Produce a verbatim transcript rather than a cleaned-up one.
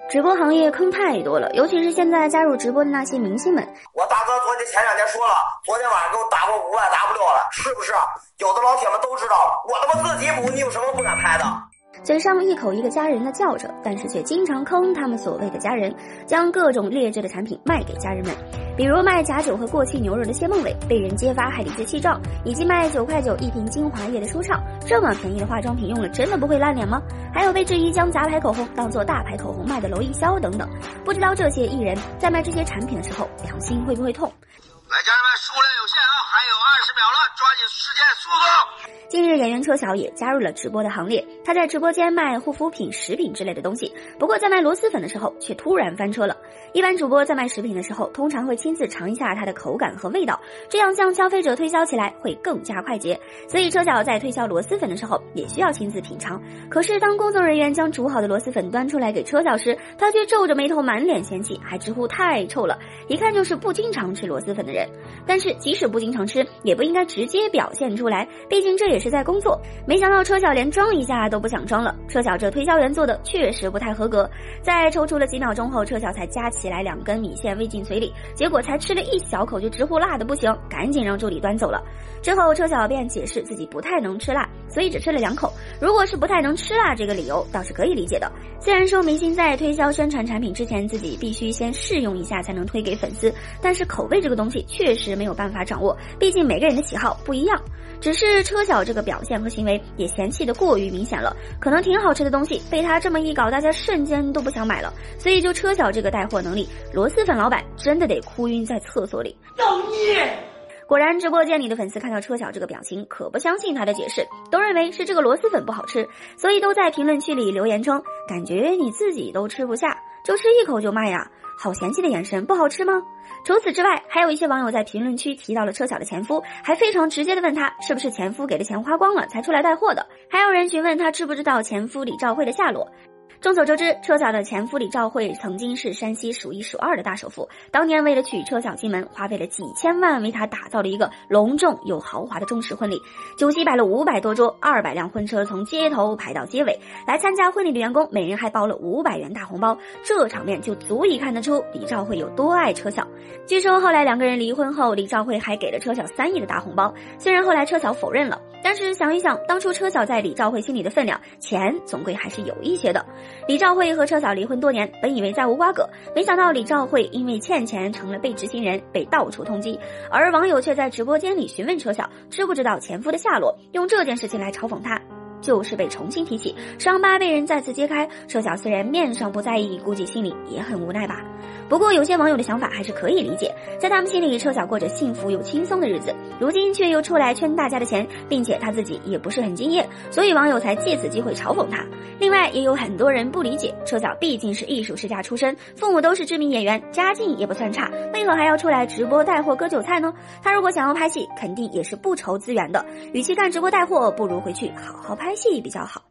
直播行业坑太多了，尤其是现在加入直播的那些明星们。 我大哥昨天前两天说了，昨天晚上给我打过五万 W 了，是不是？有的老铁们都知道了，我他妈自己补，你有什么不敢拍的？ 嘴上一口一个家人的叫着，但是却经常坑他们所谓的家人，将各种劣质的产品卖给家人们，比如卖假酒和过期牛肉的谢梦伟被人揭发还理直气壮，以及卖九块九一瓶精华液的舒畅，这么便宜的化妆品用了真的不会烂脸吗？还有被质疑将杂牌口红当做大牌口红卖的娄艺潇等等，不知道这些艺人在卖这些产品的时候良心会不会痛？ 来，家人们，数量有限啊，还有二十秒了，抓紧时间，速度！ 近日，演员车晓也加入了直播的行列。他在直播间卖护肤品、食品之类的东西，不过在卖螺蛳粉的时候却突然翻车了。一般主播在卖食品的时候，通常会亲自尝一下它的口感和味道，这样向消费者推销起来会更加快捷。所以车晓在推销螺蛳粉的时候，也需要亲自品尝。可是当工作人员将煮好的螺蛳粉端出来给车晓时，他却皱着眉头，满脸嫌弃，还直呼太臭了，一看就是不经常吃螺蛳粉的人。但是即使不经常吃，也不应该直接表现出来，毕竟这也是在工作。没想到车晓连装一下都不想装了，车晓这推销员做的确实不太合格。在抽出了几秒钟后，车晓才夹起来两根米线喂进嘴里，结果才吃了一小口就直呼辣的不行，赶紧让助理端走了。之后车晓便解释自己不太能吃辣，所以只吃了两口。如果是不太能吃辣这个理由倒是可以理解的，虽然说明星在推销宣传产品之前自己必须先试用一下才能推给粉丝，但是口味这个东西确实没有办法掌握，毕竟每个人的喜好不一样。只是车晓这个表现和行为也嫌弃的过于明显了，可能挺好吃的东西被他这么一搞，大家瞬间都不想买了。所以就车晓这个带货能力，螺蛳粉老板真的得哭晕在厕所里。 造孽！ 果然直播间里的粉丝看到车晓这个表情，可不相信他的解释，都认为是这个螺蛳粉不好吃，所以都在评论区里留言称，感觉你自己都吃不下，就吃一口就卖呀，好嫌弃的眼神，不好吃吗？除此之外，还有一些网友在评论区提到了车晓的前夫，还非常直接的问他是不是前夫给的钱花光了才出来带货的，还有人询问他知不知道前夫李兆辉的下落。众所周知，车晓的前夫李兆辉曾经是山西数一数二的大首富，当年为了娶车晓进门，花费了几千万为他打造了一个隆重又豪华的中式婚礼，酒席摆了五百多桌，二百辆婚车从街头排到街尾，来参加婚礼的员工每人还包了五百元大红包，这场面就足以看得出李兆辉有多爱车晓。据说后来两个人离婚后，李兆辉还给了车晓三亿的大红包，虽然后来车晓否认了，但是想一想，当初车晓在李兆辉心里的分量，钱总归还是有一些的。李兆辉和车晓离婚多年，本以为再无瓜葛，没想到李兆辉因为欠钱成了被执行人，被到处通缉，而网友却在直播间里询问车晓知不知道前夫的下落，用这件事情来嘲讽他。就是被重新提起，伤疤被人再次揭开，车晓虽然面上不在意，估计心里也很无奈吧。不过有些网友的想法还是可以理解，在他们心里车晓过着幸福又轻松的日子，如今却又出来圈大家的钱，并且他自己也不是很敬业，所以网友才借此机会嘲讽他。另外也有很多人不理解，车晓毕竟是艺术世家出身，父母都是知名演员，家境也不算差，为何还要出来直播带货割韭菜呢？他如果想要拍戏，肯定也是不愁资源的，与其干直播带货，不如回去好好拍戏比较好。